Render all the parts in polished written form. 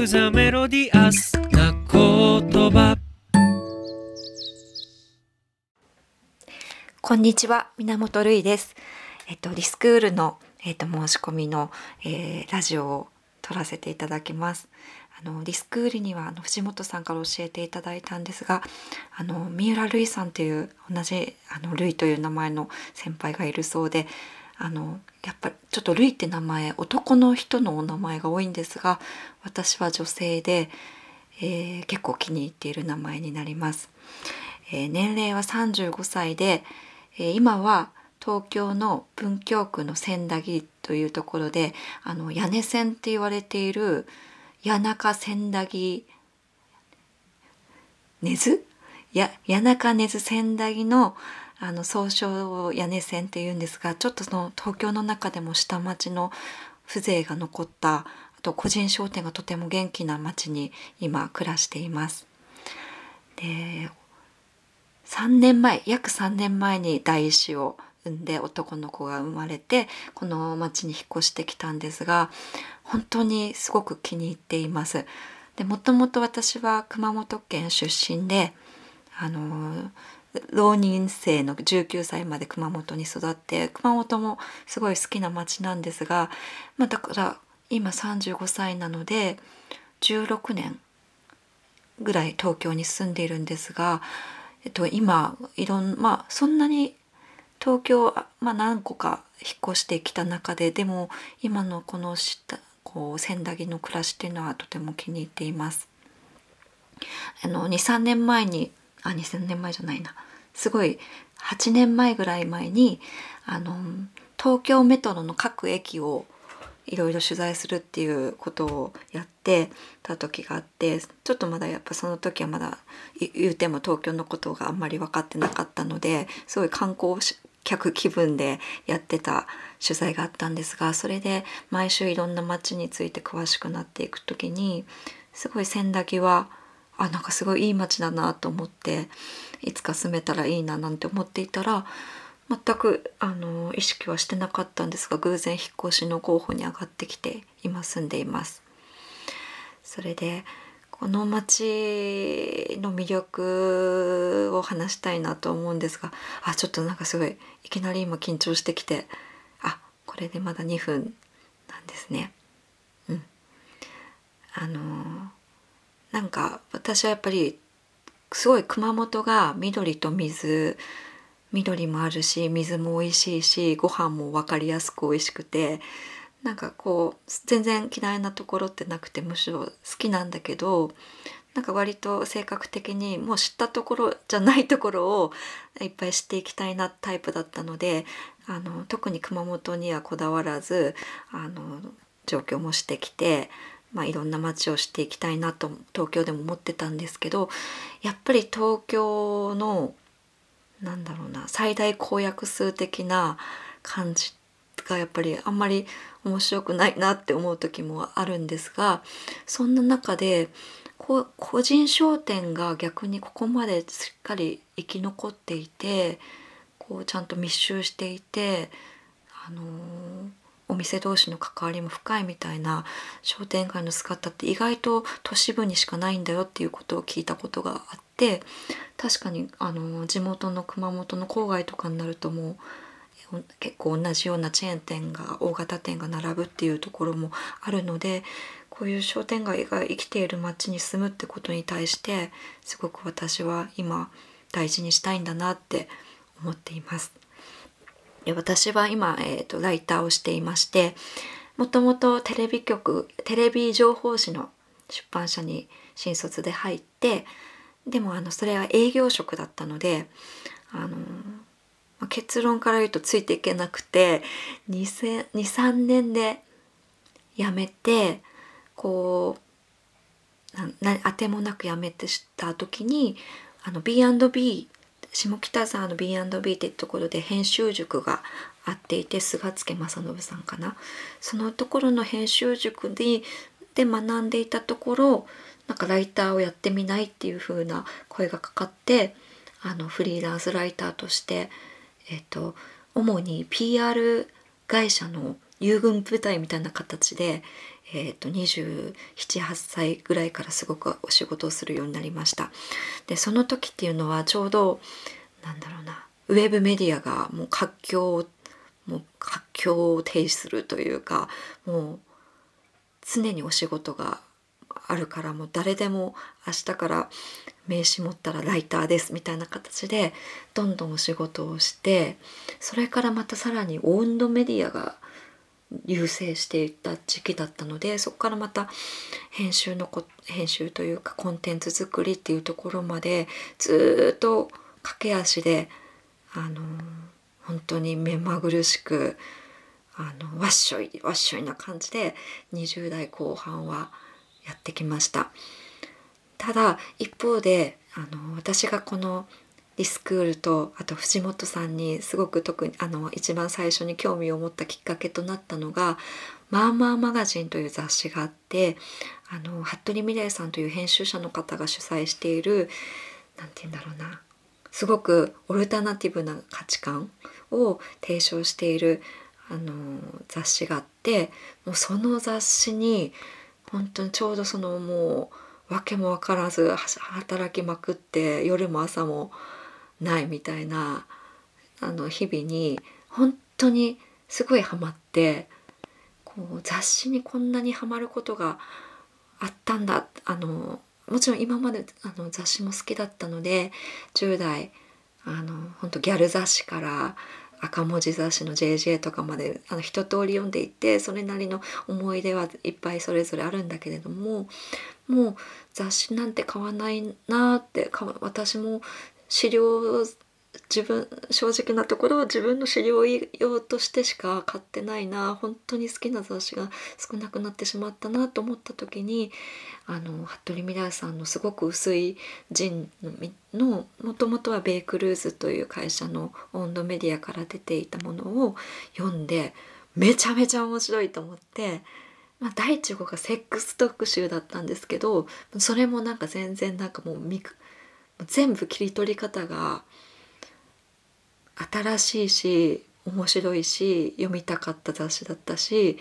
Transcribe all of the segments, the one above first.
クザメロディアスな言葉。 こんにちは、源るいです。リスクールの、申し込みの、ラジオを撮らせていただきます。リスクールには藤本さんから教えていただいたんですが、三浦るいさんという同じるいという名前の先輩がいるそうで、やっぱりちょっとるいって名前、男の人のお名前が多いんですが、私は女性で、結構気に入っている名前になります。年齢は35歳で、今は東京の文京区の千駄木というところで屋根線って言われている谷中千駄木根津谷中根津千駄木の総称を屋根線っていうんですが、ちょっとその東京の中でも下町の風情が残った、あと個人商店がとても元気な町に今暮らしています。で、約3年前に第一子を産んで男の子が生まれて、この町に引っ越してきたんですが、本当にすごく気に入っています。で、もともと私は熊本県出身で、浪人生の19歳まで熊本に育って、熊本もすごい好きな町なんですが、だから今35歳なので16年ぐらい東京に住んでいるんですが、今そんなに東京、何個か引っ越してきた中で、でも今のこの千駄木の暮らしっていうのはとても気に入っています。2、3年前に2000年前じゃないな、すごい8年前ぐらい前に東京メトロの各駅をいろいろ取材するっていうことをやってた時があって、ちょっとまだやっぱその時はまだ言うても東京のことがあんまり分かってなかったので、すごい観光客気分でやってた取材があったんですが、それで毎週いろんな街について詳しくなっていく時に、すごい千駄木はなんかすごいいい街だなと思って、いつか住めたらいいななんて思っていたら、全く意識はしてなかったんですが、偶然引っ越しの候補に上がってきて今住んでいます。それでこの街の魅力を話したいなと思うんですが、ちょっとなんかすごいいきなり今緊張してきて、これでまだ2分なんですね。なんか私はやっぱりすごい熊本が緑もあるし、水も美味しいし、ご飯も分かりやすく美味しくて、なんか全然嫌いなところってなくて、むしろ好きなんだけど、なんか割と性格的にもう知ったところじゃないところをいっぱい知っていきたいなタイプだったので、特に熊本にはこだわらず上京もしてきて、いろんな街を知っていきたいなと東京でも思ってたんですけど、やっぱり東京の最大公約数的な感じがやっぱりあんまり面白くないなって思う時もあるんですが、そんな中で個人商店が逆にここまでしっかり生き残っていて、ちゃんと密集していて、お店同士の関わりも深いみたいな商店街の姿って意外と都市部にしかないんだよっていうことを聞いたことがあって、確かに地元の熊本の郊外とかになるともう結構同じようなチェーン店が大型店が並ぶっていうところもあるので、こういう商店街が生きている街に住むってことに対してすごく私は今大事にしたいんだなって思っています。で、私は今、ライターをしていまして、もともとテレビ情報誌の出版社に新卒で入って、でもそれは営業職だったので結論から言うとついていけなくて、2、3年で辞めて、当てもなく辞めてした時にB&B、下北沢の B&B っていうところで編集塾があっていて、菅助正信さんかな、そのところの編集塾で学んでいたところ、なんかライターをやってみないっていう風な声がかかって、フリーランスライターとして、主に PR 会社の遊軍部隊みたいな形で、 27、8歳ぐらいからすごくお仕事をするようになりました。でその時っていうのはちょうどなんだろうな、ウェブメディアがもう活況を呈するというか、もう常にお仕事があるから、もう誰でも明日から名刺持ったらライターですみたいな形でどんどんお仕事をして、それからまたさらにオウンドメディアが優勢していった時期だったので、そこからまた編集というかコンテンツ作りっていうところまでずっと駆け足で本当に目まぐるしくわっしょいな感じで20代後半はやってきました。ただ一方で私がこのリスクールとあと藤本さんにすごく特に一番最初に興味を持ったきっかけとなったのがマーマーマガジンという雑誌があって、服部美玲さんという編集者の方が主催しているなんて言うんだろうな、すごくオルタナティブな価値観を提唱している雑誌があって、もうその雑誌に本当にちょうどもう訳も分からず働きまくって夜も朝もないみたいな日々に本当にすごいハマって、雑誌にこんなにハマることがあったんだ。もちろん今まで雑誌も好きだったので10代本当ギャル雑誌から赤文字雑誌の JJ とかまで一通り読んでいて、それなりの思い出はいっぱいそれぞれあるんだけれども、もう雑誌なんて買わないなって、私も資料正直なところ自分の資料用としてしか買ってないな、本当に好きな雑誌が少なくなってしまったなと思った時に服部美玲さんのすごく薄いジンのもともとはベイクルーズという会社のオンドメディアから出ていたものを読んでめちゃめちゃ面白いと思って、第1号がセックス特集だったんですけど、それもなんか全然なんかもう全部切り取り方が新しいし面白いし読みたかった雑誌だったし、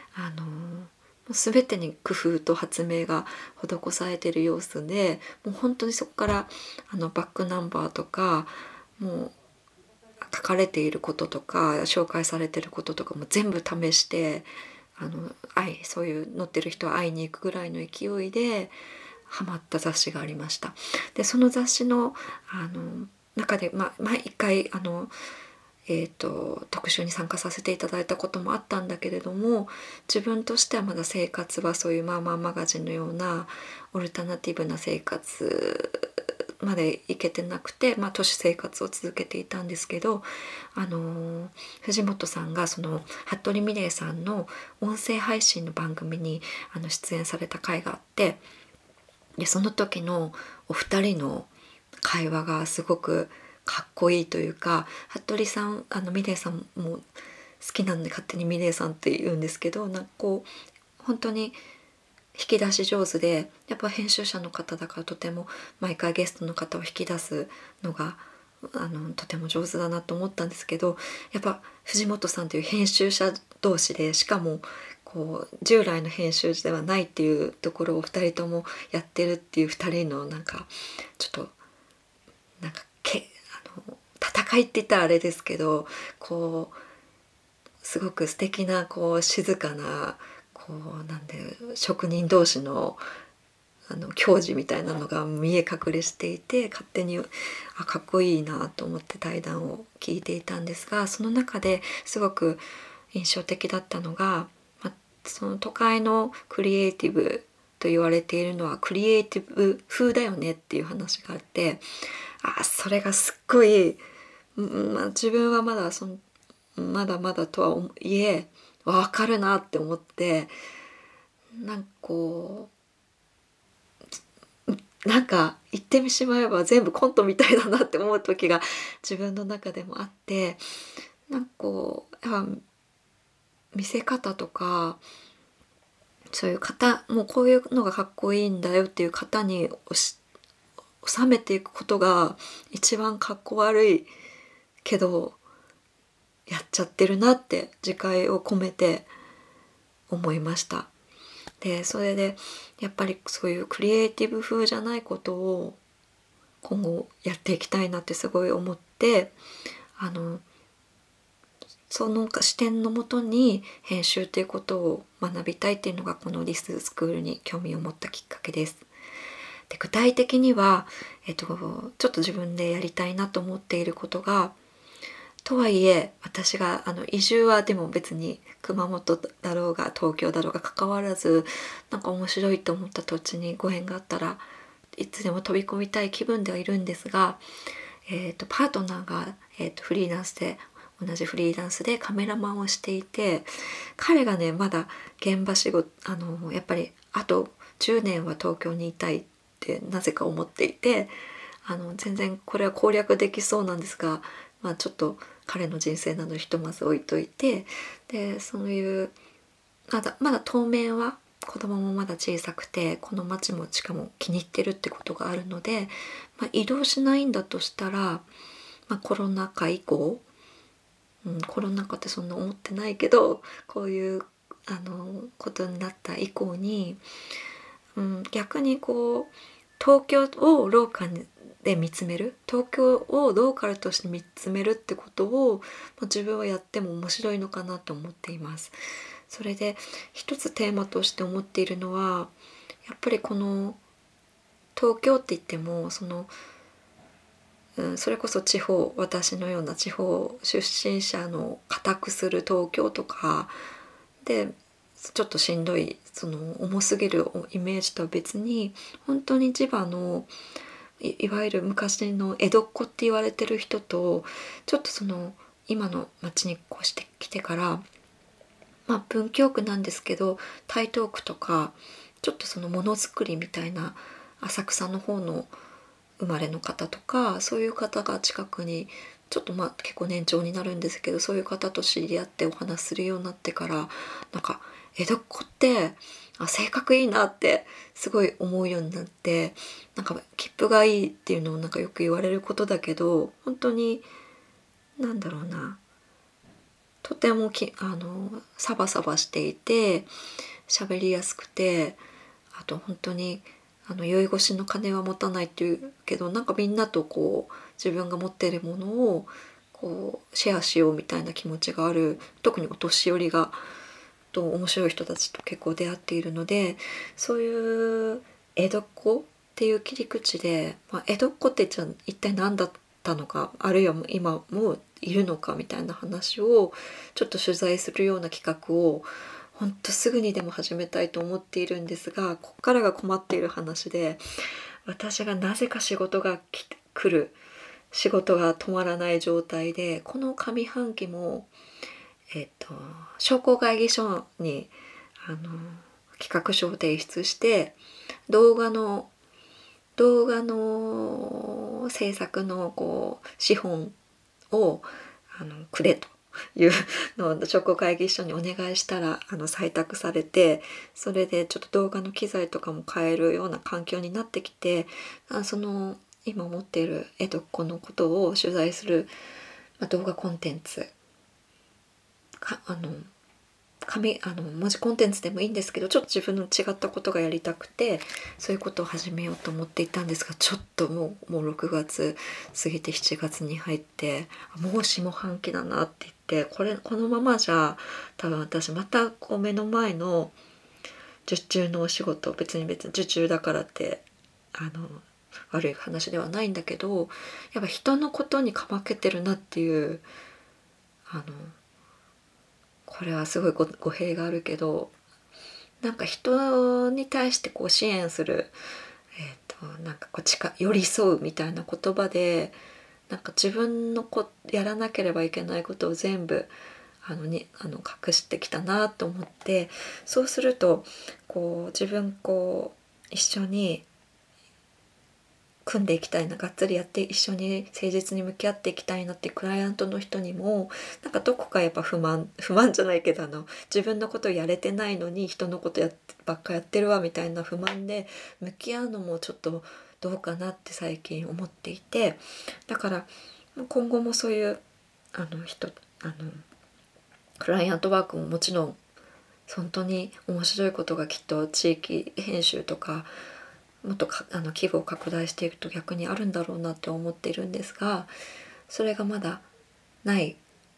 全てに工夫と発明が施されている様子で、もう本当にそこからバックナンバーとかもう書かれていることとか紹介されていることとかも全部試してそういう載ってる人は会いに行くぐらいの勢いでハマった雑誌がありました。でその雑誌の中で毎回特集に参加させていただいたこともあったんだけれども、自分としてはまだ生活はそういうマーマーマガジンのようなオルタナティブな生活までいけてなくて、都市生活を続けていたんですけど、藤本さんがその服部美玲さんの音声配信の番組に出演された回があって、でその時のお二人の会話がすごくかっこいいというか、服部さん美玲さんも好きなんで勝手に美玲さんって言うんですけど、なんか本当に引き出し上手で、やっぱ編集者の方だからとても毎回ゲストの方を引き出すのがとても上手だなと思ったんですけど、やっぱ藤本さんという編集者同士で、しかも従来の編集ではないっていうところを2人ともやってるっていう2人のなんかちょっとなんか戦いって言ったらあれですけど、すごく素敵な静かななんで職人同士の矜持みたいなのが見え隠れしていて、勝手にかっこいいなと思って対談を聞いていたんですが、その中ですごく印象的だったのが、その都会のクリエイティブと言われているのはクリエイティブ風だよねっていう話があって、それがすっごい、自分はまだまだまだとはいえ分かるなって思って、なんか言ってしまえば全部コントみたいだなって思う時が自分の中でもあって、やっぱ見せ方とかそういう型、もうこういうのがかっこいいんだよっていう型に収めていくことが一番かっこ悪いけどやっちゃってるなって自戒を込めて思いました。 でそれでやっぱりそういうクリエイティブ風じゃないことを今後やっていきたいなってすごい思って、その視点のもとに編集っていうことを学びたいっていうのがこのリススクールに興味を持ったきっかけです。で具体的には、ちょっと自分でやりたいなと思っていることが、とはいえ私が移住はでも別に熊本だろうが東京だろうが関わらず、なんか面白いと思った土地にご縁があったらいつでも飛び込みたい気分ではいるんですが、パートナーが、フリーランスで同じフリーランスでカメラマンをしていて、彼がねまだ現場仕事やっぱりあと10年は東京にいたいってなぜか思っていて、全然これは攻略できそうなんですが、ちょっと彼の人生などひとまず置いといて、でそういうまだ当面は子供もまだ小さくてこの町もしかも気に入ってるってことがあるので、移動しないんだとしたら、コロナ禍以降、コロナ禍ってそんな思ってないけどこういうことになった以降に、逆にこう東京をローカルで見つめる、東京をローカルとして見つめるってことを自分はやっても面白いのかなと思っています。それで一つテーマとして思っているのは、やっぱりこの東京って言ってもそれこそ私のような地方出身者の固くする東京とかでちょっとしんどい重すぎるイメージとは別に、本当に地場のいわゆる昔の江戸っ子って言われてる人とちょっと今の町に越してきてから、文京区なんですけど台東区とかちょっとものづくりみたいな浅草の方の生まれの方とか、そういう方が近くにちょっと結構年長になるんですけど、そういう方と知り合ってお話しするようになってから、なんか江戸っ子って性格いいなってすごい思うようになって、なんか切符がいいっていうのをなんかよく言われることだけど、本当になんだろうな、とてもサバサバしていて喋りやすくて、あと本当に酔い越しの金は持たないっていうけど、なんかみんなとこう自分が持っているものをこうシェアしようみたいな気持ちがある、特にお年寄りがと面白い人たちと結構出会っているので、そういう江戸っ子っていう切り口で、江戸っ子ってじゃあ一体何だったのか、あるいは今もいるのかみたいな話をちょっと取材するような企画をほんとすぐにでも始めたいと思っているんですが、こっからが困っている話で、私がなぜか仕事が来る、仕事が止まらない状態で、この上半期も商工会議所に企画書を提出して動画の制作の資本をくれというのを商工会議所にお願いしたら採択されて、それでちょっと動画の機材とかも買えるような環境になってきて、今持っている江戸っ子のことを取材する、動画コンテンツ文字コンテンツでもいいんですけど、ちょっと自分の違ったことがやりたくてそういうことを始めようと思っていたんですが、ちょっともう6月過ぎて7月に入ってもう下半期だなって言って、このままじゃ多分私また目の前の受注のお仕事、別に受注だからって悪い話ではないんだけど、やっぱ人のことにかまけてるなっていうこれはすごい語弊があるけど、なんか人に対して支援する、なんか寄り添うみたいな言葉で、なんか自分のやらなければいけないことを全部隠してきたなと思って、そうすると自分一緒に組んでいきたいな、がっつりやって一緒に誠実に向き合っていきたいなっていうクライアントの人にもなんかどこかやっぱ不満じゃないけど自分のことやれてないのに人のことばっかやってるわみたいな不満で向き合うのもちょっとどうかなって最近思っていて、だから今後もそういうクライアントワークももちろん本当に面白いことがきっと地域編集とかもっと規模を拡大していくと逆にあるんだろうなって思っているんですが、それがまだない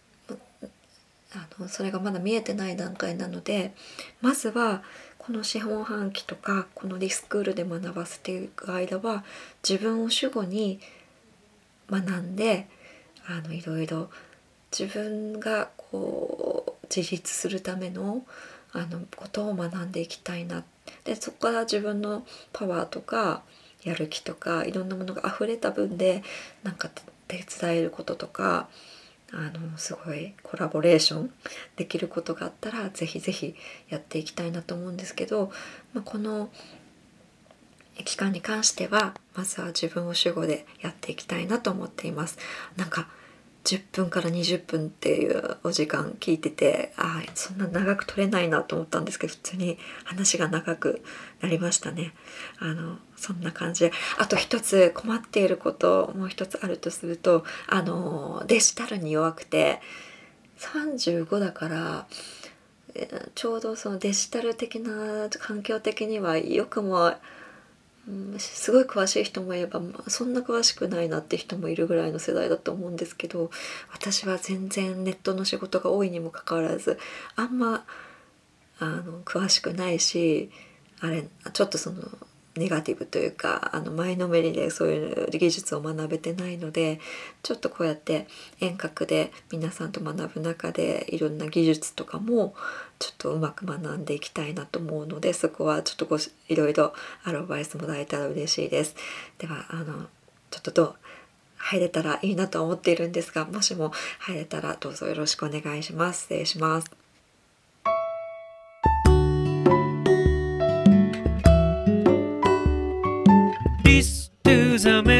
それがまだ見えてない段階なので、まずはこの資本半期とかこのリスクールで学ばせていく間は自分を主語に学んでいろいろ自分がこう自立するためのことを学んでいきたいな。でそこから自分のパワーとかやる気とかいろんなものが溢れた分でなんか手伝えることとかすごいコラボレーションできることがあったらぜひぜひやっていきたいなと思うんですけど、この期間に関してはまずは自分を主語でやっていきたいなと思っています。なんか10分から20分っていうお時間聞いててそんな長く取れないなと思ったんですけど、普通に話が長くなりましたね。そんな感じで、あと一つ困っていることもう一つあるとするとデジタルに弱くて35だからちょうどそのデジタル的な環境的には良くもすごい詳しい人もいれば、そんな詳しくないなって人もいるぐらいの世代だと思うんですけど、私は全然ネットの仕事が多いにもかかわらずあんま詳しくないし、ちょっとそのネガティブというか前のめりでそういう技術を学べてないので、ちょっとこうやって遠隔で皆さんと学ぶ中でいろんな技術とかもちょっとうまく学んでいきたいなと思うので、そこはちょっといろいろアドバイスもらえたら嬉しいです。ではちょっと入れたらいいなと思っているんですが、もしも入れたらどうぞよろしくお願いします。失礼します。 Listen to the